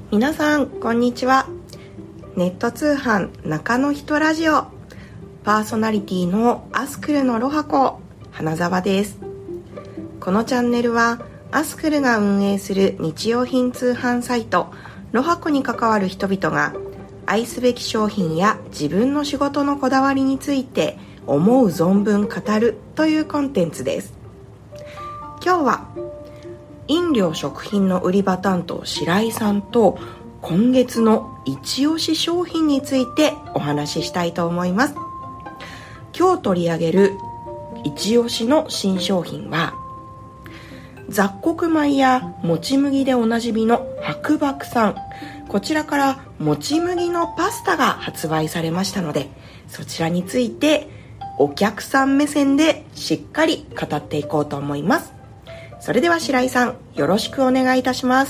皆さんこんにちは。ネット通販中の人ラジオパーソナリティのアスクルのロハコ花澤です。このチャンネルはアスクルが運営する日用品通販サイトロハコに関わる人々が愛すべき商品や自分の仕事のこだわりについて思う存分語るというコンテンツです。今日は飲料食品の売り場担当白井さんと今月の一押し商品についてお話ししたいと思います。今日取り上げる一押しの新商品は雑穀米やもち麦でおなじみの白麦さん、こちらからもち麦のパスタが発売されましたので、そちらについてお客さん目線でしっかり語っていこうと思います。それでは白井さん、よろしくお願いいたします。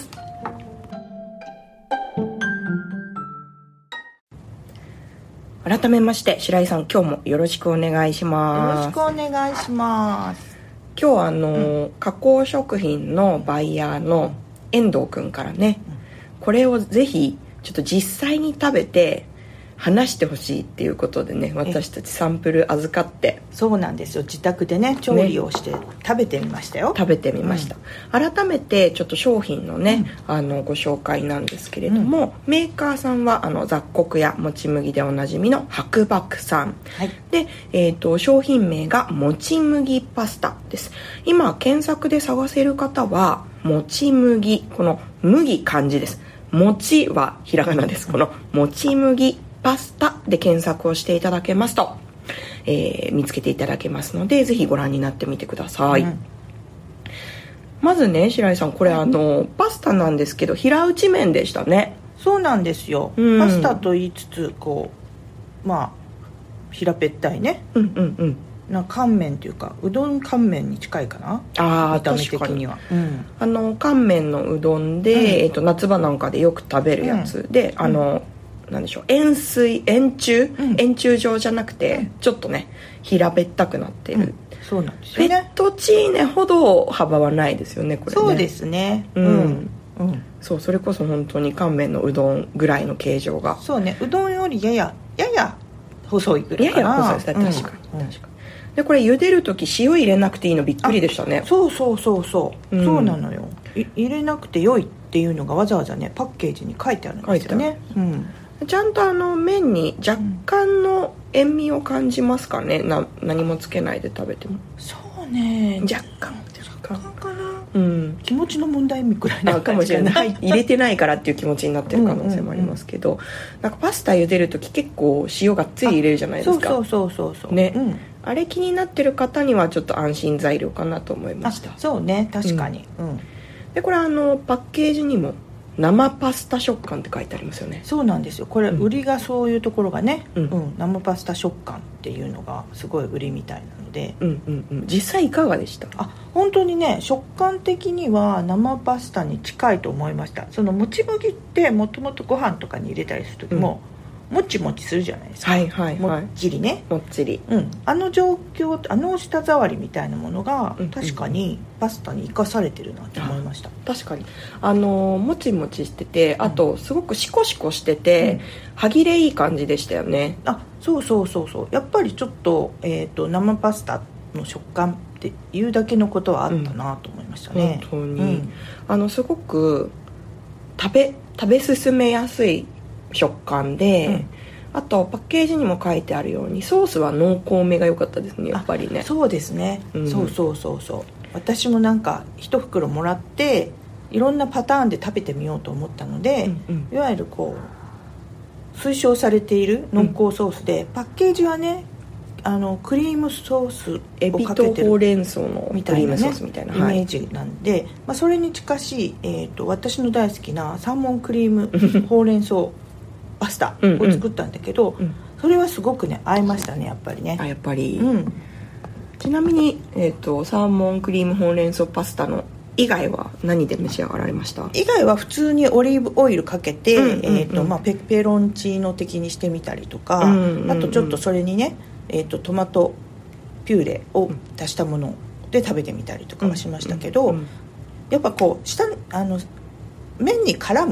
改めまして白井さん、今日もよろしくお願いします。 よろしくお願いします。 今日加工食品のバイヤーの遠藤くんからね、これをぜひちょっと実際に食べて話してほしいっていうことでね、私たちサンプル預かって。 そうなんですよ。自宅でね調理をして食べてみましたよ。 食べてみました、改めてちょっと商品のね、ご紹介なんですけれども、メーカーさんは雑穀やもち麦でおなじみの白麦さん、で、商品名がもち麦パスタです。今検索で探せる方はもち麦、この麦漢字です。もちはひらがなです。このもち麦パスタで検索をしていただけますと、見つけていただけますので、ぜひご覧になってみてください。まずね、白井さん、これパスタなんですけど平打ち麺でしたね。 そうなんですよ、パスタと言いつつこう平べったいね、乾麺というかうどん乾麺に近いかな、見た目的には。 乾麺のうどんで、夏場なんかでよく食べるやつで、なんでしょう、円柱状じゃなくて、ちょっとね平べったくなってる、 そうなんですよね。 フェットチーネほど幅はないですよね、これね。 そうですね、 そう、それこそ本当に乾麺のうどんぐらいの形状が。 そうね、うどんよりやや細いぐらいかな。 やや細いですね、確かに、確かに。でこれ茹でるとき塩入れなくていいのびっくりでしたね。 そうそうなのよ。入れなくて良いっていうのがわざわざねパッケージに書いてあるんですよね。ちゃんと麺に若干の塩味を感じますかね。何もつけないで食べても。 そうね、 若干かな、気持ちの問題くらいなかもしれない。入れてないからっていう気持ちになってる可能性もありますけど、なんかパスタ茹でるとき結構塩がっつり入れるじゃないですか。 そうね、あれ気になってる方にはちょっと安心材料かなと思いました。 そうね、確かに、 でこれパッケージにも生パスタ食感って書いてありますよね。 そうなんですよ。これ売りがそういうところがね、生パスタ食感っていうのがすごい売りみたいなので、 実際いかがでした？ 本当にね、食感的には生パスタに近いと思いました。そのもち麦ってもともとご飯とかに入れたりする時も、もちもちするじゃないですか。もっちりね、 もっちり、 状況、舌触りみたいなものが確かにパスタに生かされてるなと思いました。 確かにもちもちしてて、あとすごくシコシコしてて、歯切れいい感じでしたよね。 そうやっぱりちょっと、生パスタの食感っていうだけのことはあったなと思いましたね。 本当に、すごく食べ進めやすい食感で、あとパッケージにも書いてあるようにソースは濃厚めが良かったですね、やっぱりね。 そうですね、そう私もなんか一袋もらっていろんなパターンで食べてみようと思ったので、いわゆるこう推奨されている濃厚ソースで、パッケージはねクリームソースをかけてるほうれん草のクリームソースみたいな、 イメージなんで、それに近しい、私の大好きなサーモンクリームほうれん草パスタを作ったんだけど、それはすごくね合いましたね、やっぱりね。 やっぱり、ちなみに、サーモンクリームほうれん草パスタの以外は何で召し上がられました？ 以外は普通にオリーブオイルかけて、ペロンチーノ的にしてみたりとか、あとちょっとそれにね、トマトピューレを足したもので食べてみたりとかはしましたけど、やっぱこう麺に絡むね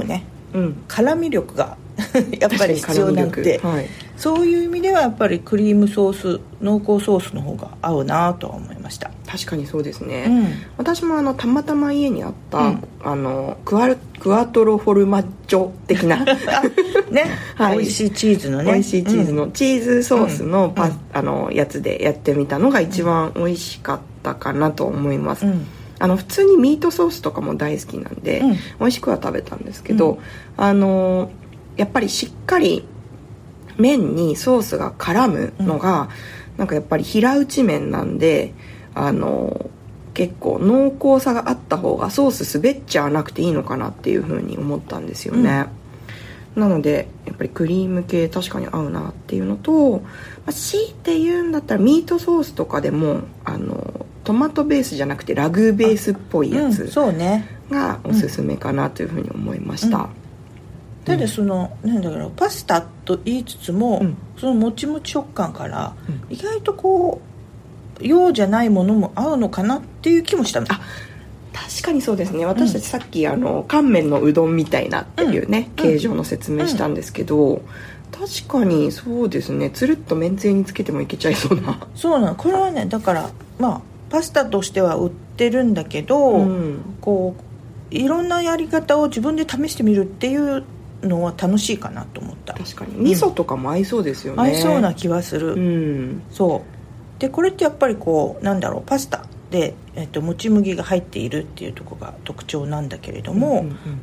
辛み力がやっぱり必要なので、 はい、 そういう意味ではやっぱりクリームソース、濃厚ソースの方が合うなとは思いました。 確かにそうですね、私もたまたま家にあった、クワトロフォルマッジョ的なね、 はい、美味しいチーズのね、 美味しいチーズの、チーズソースのやつでやってみたのが一番美味しかったかなと思います、普通にミートソースとかも大好きなんで、美味しくは食べたんですけど、やっぱりしっかり麺にソースが絡むのが、なんかやっぱり平打ち麺なんで、結構濃厚さがあった方がソース滑っちゃわなくていいのかなっていう風に思ったんですよね、なのでやっぱりクリーム系確かに合うなっていうのと、強いて言うんだったらミートソースとかでもトマトベースじゃなくてラグーベースっぽいやつがおすすめかなという風に思いました、 ただなんだろう、パスタと言いつつも、そのもちもち食感から、意外とこう洋じゃないものも合うのかなっていう気もしたの。 確かにそうですね。私たちさっき乾麺のうどんみたいなっていうね、形状の説明したんですけど、確かにそうですね。つるっと麺つゆにつけてもいけちゃいそうな。 そうなの。これはね、だからパスタとしては売ってるんだけど、こういろんなやり方を自分で試してみるっていうのは楽しいかなと思った。 確かに味噌とかも合いそうですよね。 合いそうな気はする、そうで、これってやっぱりこうなんだろう、パスタで、もち麦が入っているっていうところが特徴なんだけれども、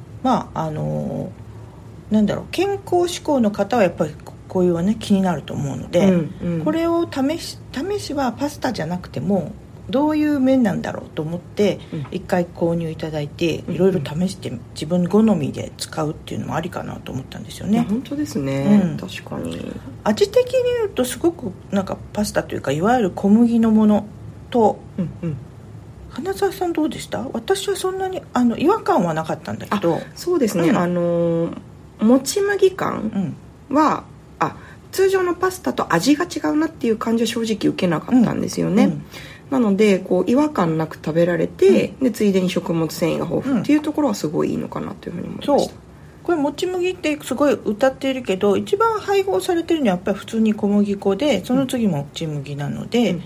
なんだろう、健康志向の方はやっぱりこういうはね気になると思うので、これを試しはパスタじゃなくてもどういう麺なんだろうと思って一回購入いただいて、いろいろ試して自分好みで使うっていうのもありかなと思ったんですよね。 本当ですね、確かに味的に言うとすごくなんかパスタというかいわゆる小麦のものと、花澤さんどうでした？私はそんなに違和感はなかったんだけど。 そうですね、もち麦感は、通常のパスタと味が違うなっていう感じは正直受けなかったんですよね、なのでこう違和感なく食べられて、でついでに食物繊維が豊富っていうところはすごいいいのかなというふうに思いました。 これもち麦ってすごい歌っているけど、一番配合されてるのはやっぱり普通に小麦粉で、その次もち麦なので、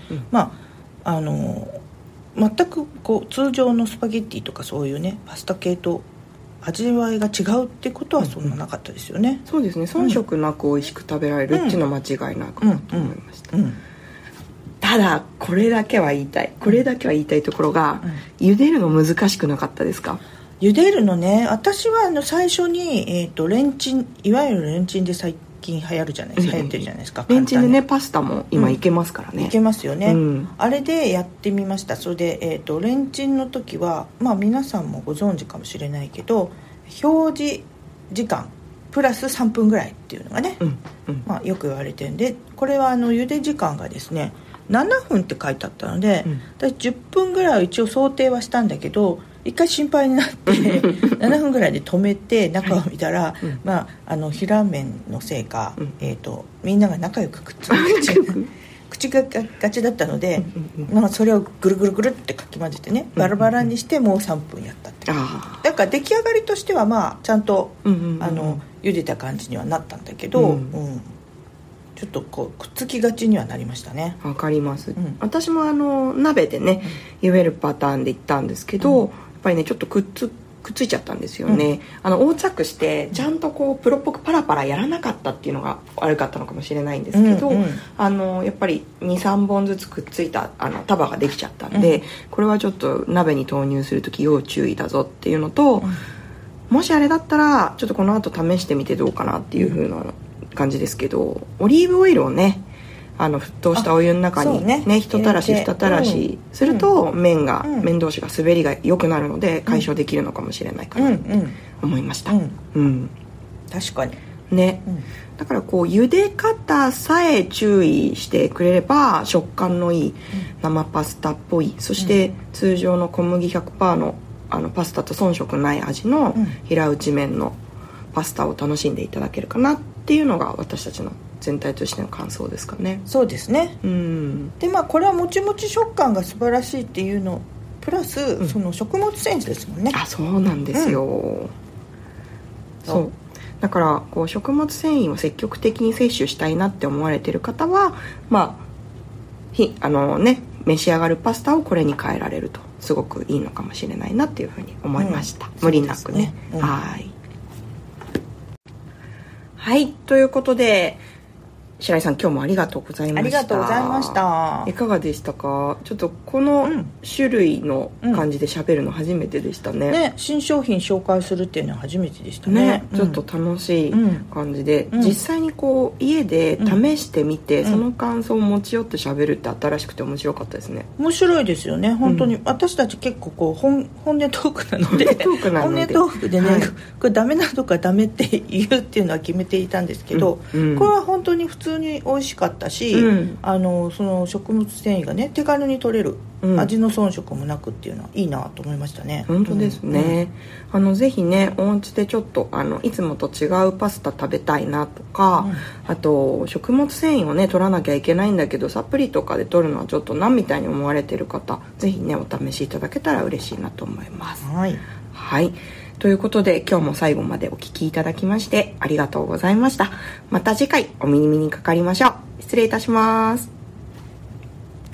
全くこう通常のスパゲッティとかそういうねパスタ系と味わいが違うってことはそんななかったですよね、 そうですね、遜色なく美味しく食べられるっていうのは間違いなくなと思いました、ただこれだけは言いたいところが、茹でるの難しくなかったですか？ 茹でるのね、私は最初に、レンチン、いわゆるレンチンで最近流行るじゃないですか、流行ってるじゃないですか、 レンチンでねパスタも今いけますからね、 いけますよね、あれでやってみました。それで、レンチンの時は、皆さんもご存知かもしれないけど、表示時間プラス3分ぐらいっていうのがね、よく言われてるんで、これは茹で時間がですね7分って書いてあったので、私10分ぐらいは一応想定はしたんだけど、一回心配になって7分ぐらいで止めて中を見たら、平麺のせいか、みんなが仲良くくっついて口がガチだったので、それをぐるぐるぐるってかき混ぜてね、バラバラにしてもう3分やったって、だから出来上がりとしてはちゃんと茹でた感じにはなったんだけど、ちょっとこうくっつきがちにはなりましたね。 わかります、私も鍋でね茹でるパターンでいったんですけど、やっぱりねちょっとくっついちゃったんですよね、横着してちゃんとこうプロっぽくパラパラやらなかったっていうのが悪かったのかもしれないんですけど、やっぱり 2,3 本ずつくっついた束ができちゃったんで、これはちょっと鍋に投入するとき要注意だぞっていうのと、もしあれだったらちょっとこの後試してみてどうかなっていう風な感じですけど、オリーブオイルをね沸騰したお湯の中にね一たらし二たらしすると、麺同士が滑りが良くなるので解消できるのかもしれないかなって思いました。 確かにね、だからこう茹で方さえ注意してくれれば食感のいい生パスタっぽい、そして通常の小麦 100% のパスタと遜色ない味の平打ち麺のパスタを楽しんでいただけるかなっていうのが私たちの全体としての感想ですかね。 そうですね、でこれはもちもち食感が素晴らしいっていうのプラス、その食物繊維ですもんね。 そうなんですよ、 そうだからこう食物繊維を積極的に摂取したいなって思われている方は召し上がるパスタをこれに変えられるとすごくいいのかもしれないなっていうふうに思いました、無理なくね、はいということで白井さん今日もありがとうございました。 ありがとうございました。 いかがでしたか？ちょっとこの種類の感じで喋るの初めてでしたね。 新商品紹介するっていうのは初めてでしたね。 ちょっと楽しい感じで、実際にこう家で試してみて、その感想を持ち寄って喋るって新しくて面白かったですね。 面白いですよね本当に、私たち結構こう本音トークなので本音トークでね、これダメなのかダメって言うっていうのは決めていたんですけど、これは本当に普通に美味しかったし、その食物繊維がね手軽に取れる、味の遜色もなくっていうのはいいなと思いましたね。 本当ですね、ぜひねお家でちょっといつもと違うパスタ食べたいなとか、あと食物繊維をね取らなきゃいけないんだけどサプリとかで取るのはちょっと何みたいに思われてる方ぜひねお試しいただけたら嬉しいなと思います。はいということで今日も最後までお聞きいただきましてありがとうございました。また次回お耳にかかりましょう。失礼いたします。